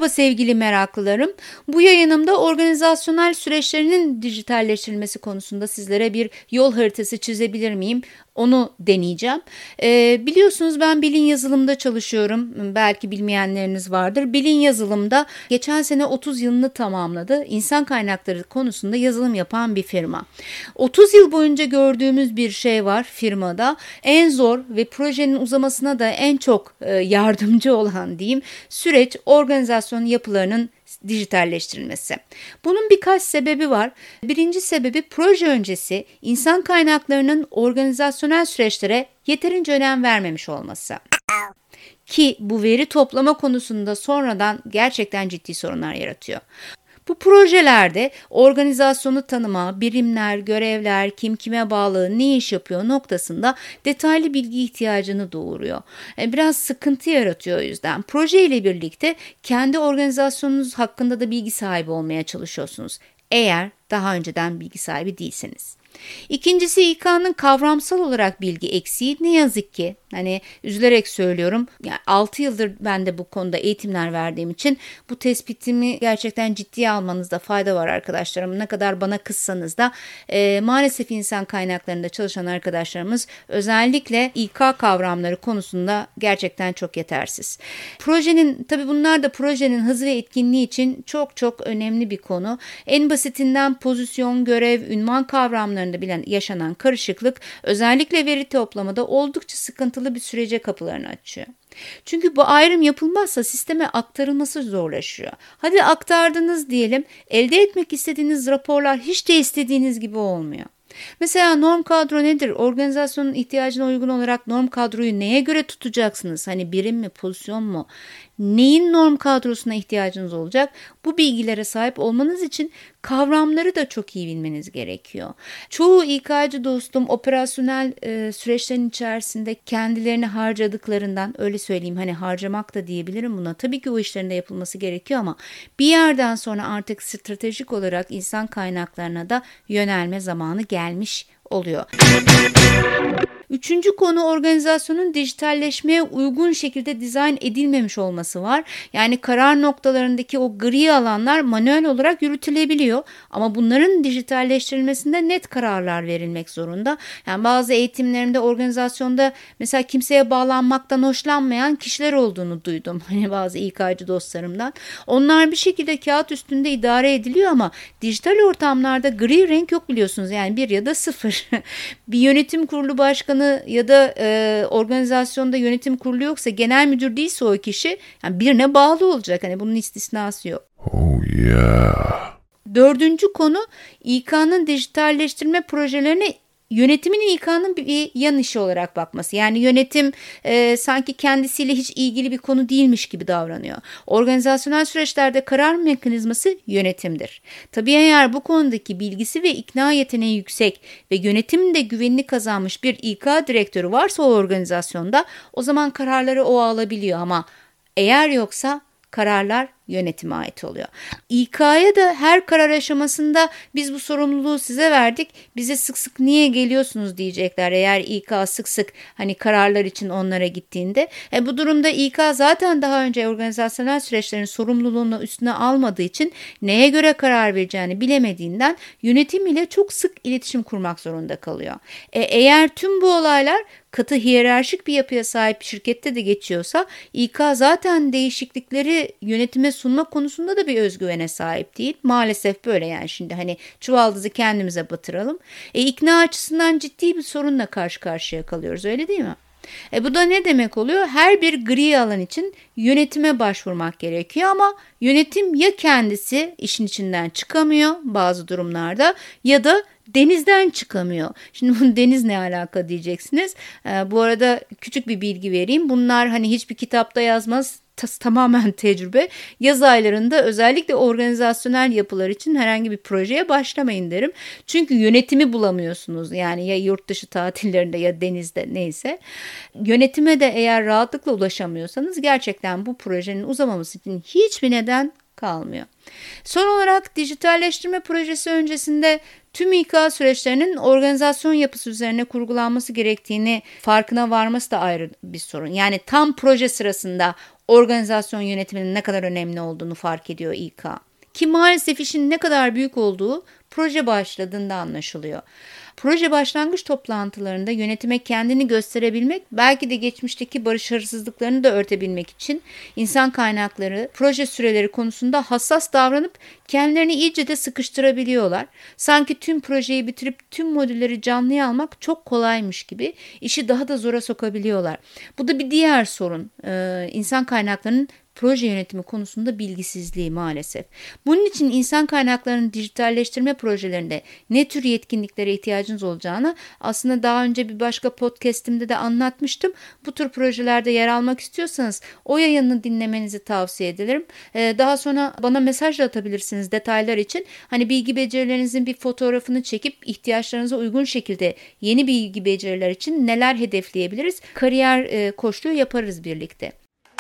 sevgili meraklılarım. Bu yayınımda organizasyonel süreçlerinin dijitalleştirilmesi konusunda sizlere bir yol haritası çizebilir miyim? Onu deneyeceğim. Biliyorsunuz ben Bilin Yazılım'da çalışıyorum. Belki bilmeyenleriniz vardır. Bilin Yazılım'da geçen sene 30 yılını tamamladı. İnsan kaynakları konusunda yazılım yapan bir firma. 30 yıl boyunca gördüğümüz bir şey var firmada. En zor ve projenin uzamasına da en çok yardımcı olan diyeyim süreç organizasyon yapılarının dijitalleştirilmesi. Bunun birkaç sebebi var. Birinci sebebi proje öncesi insan kaynaklarının organizasyonel süreçlere yeterince önem vermemiş olması. Ki bu veri toplama konusunda sonradan gerçekten ciddi sorunlar yaratıyor. Bu projelerde organizasyonu tanıma, birimler, görevler, kim kime bağlı, ne iş yapıyor noktasında detaylı bilgi ihtiyacını doğuruyor. Biraz sıkıntı yaratıyor o yüzden. Proje ile birlikte kendi organizasyonunuz hakkında da bilgi sahibi olmaya çalışıyorsunuz. Eğer daha önceden bilgi sahibi değilseniz. İkincisi İK'nın kavramsal olarak bilgi eksiği ne yazık ki üzülerek söylüyorum 6 yıldır ben de bu konuda eğitimler verdiğim için bu tespitimi gerçekten ciddiye almanızda fayda var arkadaşlarım. Ne kadar bana kızsanız da maalesef insan kaynaklarında çalışan arkadaşlarımız özellikle İK kavramları konusunda gerçekten çok yetersiz. Tabii bunlar da projenin hızı ve etkinliği için çok çok önemli bir konu. En basitinden pozisyon, görev, ünvan kavramlarında bile yaşanan karışıklık özellikle veri toplamada oldukça sıkıntılı bir sürece kapılarını açıyor. Çünkü bu ayrım yapılmazsa sisteme aktarılması zorlaşıyor. Hadi aktardınız diyelim, elde etmek istediğiniz raporlar hiç de istediğiniz gibi olmuyor. Mesela norm kadro nedir? Organizasyonun ihtiyacına uygun olarak norm kadroyu neye göre tutacaksınız? Birim mi, pozisyon mu? Neyin norm kadrosuna ihtiyacınız olacak? Bu bilgilere sahip olmanız için kavramları da çok iyi bilmeniz gerekiyor. Çoğu İK'cı dostum operasyonel süreçlerin içerisinde kendilerini harcadıklarından öyle söyleyeyim harcamak da diyebilirim buna. Tabii ki o işlerin de yapılması gerekiyor ama bir yerden sonra artık stratejik olarak insan kaynaklarına da yönelme zamanı gelmiş oluyor. Üçüncü konu organizasyonun dijitalleşmeye uygun şekilde dizayn edilmemiş olması var. Karar noktalarındaki o gri alanlar manuel olarak yürütülebiliyor ama bunların dijitalleştirilmesinde net kararlar verilmek zorunda. Bazı eğitimlerimde organizasyonda mesela kimseye bağlanmaktan hoşlanmayan kişiler olduğunu duydum. Bazı İK'cı dostlarımdan. Onlar bir şekilde kağıt üstünde idare ediliyor ama dijital ortamlarda gri renk yok biliyorsunuz. Bir ya da sıfır. Bir yönetim kurulu başkanı ya da organizasyonda yönetim kurulu yoksa genel müdür değilse o kişi birine bağlı olacak. Bunun istisnası yok. Oh yeah. Dördüncü konu İK'nın dijitalleştirme projelerine yönetimin İK'nın bir yan işi olarak bakması. Yönetim sanki kendisiyle hiç ilgili bir konu değilmiş gibi davranıyor. Organizasyonel süreçlerde karar mekanizması yönetimdir. Tabii eğer bu konudaki bilgisi ve ikna yeteneği yüksek ve yönetimin de güvenini kazanmış bir İK direktörü varsa o organizasyonda o zaman kararları o alabiliyor ama eğer yoksa kararlar yönetime ait oluyor. İK'ya da her karar aşamasında biz bu sorumluluğu size verdik, bize sık sık niye geliyorsunuz diyecekler eğer İK sık sık kararlar için onlara gittiğinde. Bu durumda İK zaten daha önce organizasyonel süreçlerin sorumluluğunu üstüne almadığı için neye göre karar vereceğini bilemediğinden yönetim ile çok sık iletişim kurmak zorunda kalıyor. Eğer tüm bu olaylar katı hiyerarşik bir yapıya sahip şirkette de geçiyorsa İK zaten değişiklikleri yönetime sunma konusunda da bir özgüvene sahip değil. Maalesef böyle şimdi çuvaldızı kendimize batıralım. İkna açısından ciddi bir sorunla karşı karşıya kalıyoruz öyle değil mi? Bu da ne demek oluyor? Her bir gri alan için yönetime başvurmak gerekiyor ama yönetim ya kendisi işin içinden çıkamıyor bazı durumlarda ya da denizden çıkamıyor. Şimdi bu deniz ne alaka diyeceksiniz. Bu arada küçük bir bilgi vereyim. Bunlar hiçbir kitapta yazmaz. Tamamen tecrübe. Yaz aylarında özellikle organizasyonel yapılar için herhangi bir projeye başlamayın derim. Çünkü yönetimi bulamıyorsunuz. Ya yurt dışı tatillerinde ya denizde neyse. Yönetime de eğer rahatlıkla ulaşamıyorsanız gerçekten bu projenin uzamaması için hiçbir neden kalmıyor. Son olarak dijitalleştirme projesi öncesinde tüm İK süreçlerinin organizasyon yapısı üzerine kurgulanması gerektiğini farkına varması da ayrı bir sorun. Tam proje sırasında organizasyon yönetiminin ne kadar önemli olduğunu fark ediyor İK. Ki maalesef işin ne kadar büyük olduğu proje başladığında anlaşılıyor. Proje başlangıç toplantılarında yönetime kendini gösterebilmek, belki de geçmişteki başarısızlıklarını da örtebilmek için insan kaynakları, proje süreleri konusunda hassas davranıp kendilerini iyice de sıkıştırabiliyorlar. Sanki tüm projeyi bitirip tüm modülleri canlıya almak çok kolaymış gibi işi daha da zora sokabiliyorlar. Bu da bir diğer sorun. İnsan kaynaklarının proje yönetimi konusunda bilgisizliği maalesef. Bunun için insan kaynaklarının dijitalleştirme projelerinde ne tür yetkinliklere ihtiyacınız olacağını aslında daha önce bir başka podcast'imde de anlatmıştım. Bu tür projelerde yer almak istiyorsanız o yayını dinlemenizi tavsiye ederim. Daha sonra bana mesaj da atabilirsiniz detaylar için. Hani bilgi becerilerinizin bir fotoğrafını çekip ihtiyaçlarınıza uygun şekilde yeni bilgi beceriler için neler hedefleyebiliriz? Kariyer koçluğu yaparız birlikte.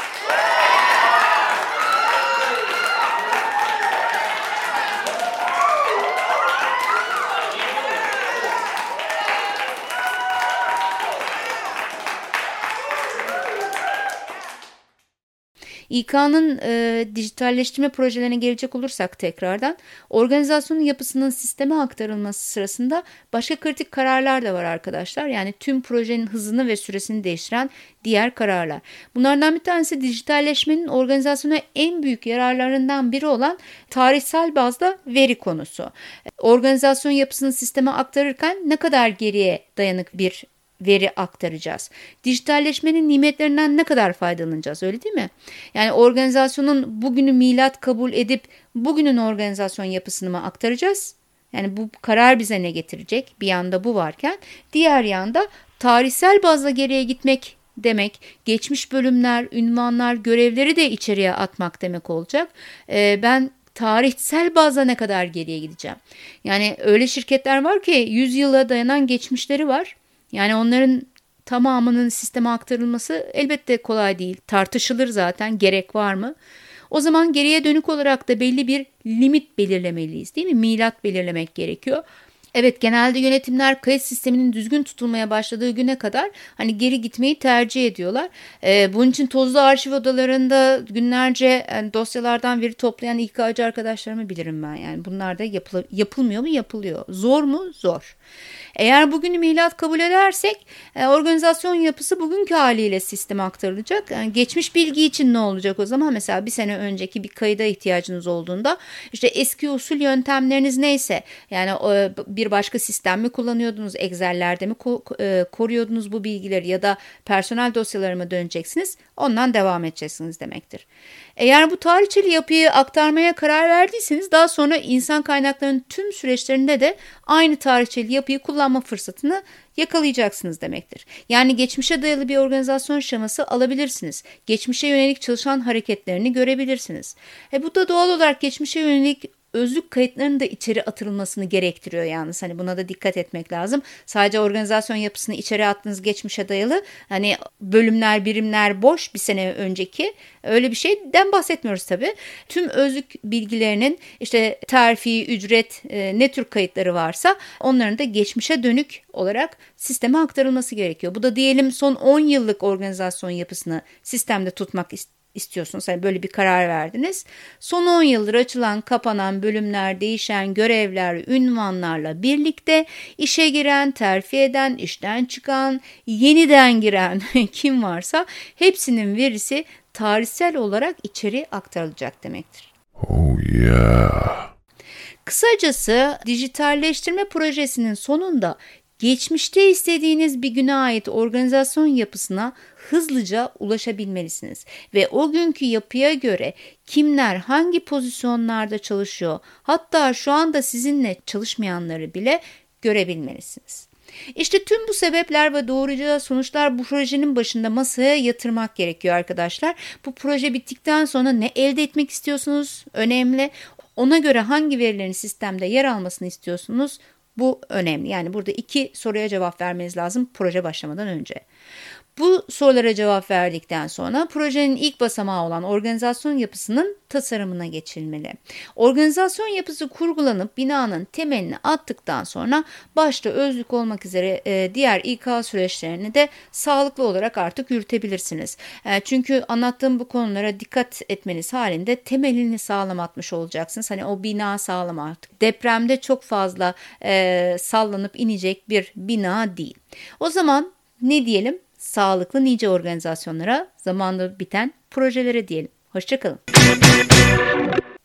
İK'nın dijitalleştirme projelerine gelecek olursak tekrardan, organizasyonun yapısının sisteme aktarılması sırasında başka kritik kararlar da var arkadaşlar. Yani tüm projenin hızını ve süresini değiştiren diğer kararlar. Bunlardan bir tanesi dijitalleşmenin organizasyona en büyük yararlarından biri olan tarihsel bazda veri konusu. Organizasyon yapısını sisteme aktarırken ne kadar geriye dayanık bir veri aktaracağız? Dijitalleşmenin nimetlerinden ne kadar faydalanacağız, öyle değil mi? Yani organizasyonun bugünü milat kabul edip bugünün organizasyon yapısını mı aktaracağız? Yani bu karar bize ne getirecek? Bir yanda bu varken diğer yanda tarihsel bazda geriye gitmek demek, geçmiş bölümler, ünvanlar, görevleri de içeriye atmak demek olacak. Ben tarihsel bazda ne kadar geriye gideceğim? Yani öyle şirketler var ki 100 yıla dayanan geçmişleri var. Yani onların tamamının sisteme aktarılması elbette kolay değil. Tartışılır zaten, gerek var mı? O zaman geriye dönük olarak da belli bir limit belirlemeliyiz, değil mi? Milat belirlemek gerekiyor. Evet, genelde yönetimler kayıt sisteminin düzgün tutulmaya başladığı güne kadar hani geri gitmeyi tercih ediyorlar. Bunun için tozlu arşiv odalarında günlerce dosyalardan veri toplayan İK'cı arkadaşlarımı bilirim ben. Yani bunlar da yapılmıyor mu? Yapılıyor. Zor mu? Zor. Eğer bugünü milat kabul edersek organizasyon yapısı bugünkü haliyle sisteme aktarılacak. Yani geçmiş bilgi için ne olacak o zaman? Mesela bir sene önceki bir kayıda ihtiyacınız olduğunda işte eski usul yöntemleriniz neyse, yani bir başka sistem mi kullanıyordunuz, Excel'lerde mi koruyordunuz bu bilgileri ya da personel dosyalarına mı döneceksiniz, ondan devam edeceksiniz demektir. Eğer bu tarihçeli yapıyı aktarmaya karar verdiyseniz daha sonra insan kaynaklarının tüm süreçlerinde de aynı tarihçeli yapıyı kullanma fırsatını yakalayacaksınız demektir. Yani geçmişe dayalı bir organizasyon şeması alabilirsiniz. Geçmişe yönelik çalışan hareketlerini görebilirsiniz. Bu da doğal olarak geçmişe yönelik özlük kayıtlarının da içeri atılmasını gerektiriyor yalnız. Hani buna da dikkat etmek lazım. Sadece organizasyon yapısını içeri attığınız geçmişe dayalı hani bölümler, birimler boş bir sene önceki öyle bir şeyden bahsetmiyoruz tabii. Tüm özlük bilgilerinin işte terfi, ücret, ne tür kayıtları varsa onların da geçmişe dönük olarak sisteme aktarılması gerekiyor. Bu da diyelim son 10 yıllık organizasyon yapısını sistemde tutmak istiyorsunuz. Yani böyle bir karar verdiniz. Son 10 yıldır açılan, kapanan bölümler, değişen görevler, ünvanlarla birlikte işe giren, terfi eden, işten çıkan, yeniden giren kim varsa hepsinin verisi tarihsel olarak içeri aktarılacak demektir. Oh yeah. Kısacası dijitalleştirme projesinin sonunda geçmişte istediğiniz bir güne ait organizasyon yapısına hızlıca ulaşabilmelisiniz ve o günkü yapıya göre kimler hangi pozisyonlarda çalışıyor, hatta şu anda sizinle çalışmayanları bile görebilmelisiniz. İşte tüm bu sebepler ve doğuracağı sonuçlar bu projenin başında masaya yatırmak gerekiyor arkadaşlar. Bu proje bittikten sonra ne elde etmek istiyorsunuz? Önemli. Ona göre hangi verilerin sistemde yer almasını istiyorsunuz? Bu önemli. Yani burada 2 soruya cevap vermeniz lazım proje başlamadan önce. Bu sorulara cevap verdikten sonra projenin ilk basamağı olan organizasyon yapısının tasarımına geçilmeli. Organizasyon yapısı kurgulanıp binanın temelini attıktan sonra başta özlük olmak üzere diğer İK süreçlerini de sağlıklı olarak artık yürütebilirsiniz. Çünkü anlattığım bu konulara dikkat etmeniz halinde temelini sağlam atmış olacaksınız. Hani o bina sağlam artık. Depremde çok fazla sallanıp inecek bir bina değil. O zaman ne diyelim? Sağlıklı nice organizasyonlara, zamanla biten projelere diyelim. Hoşça kalın.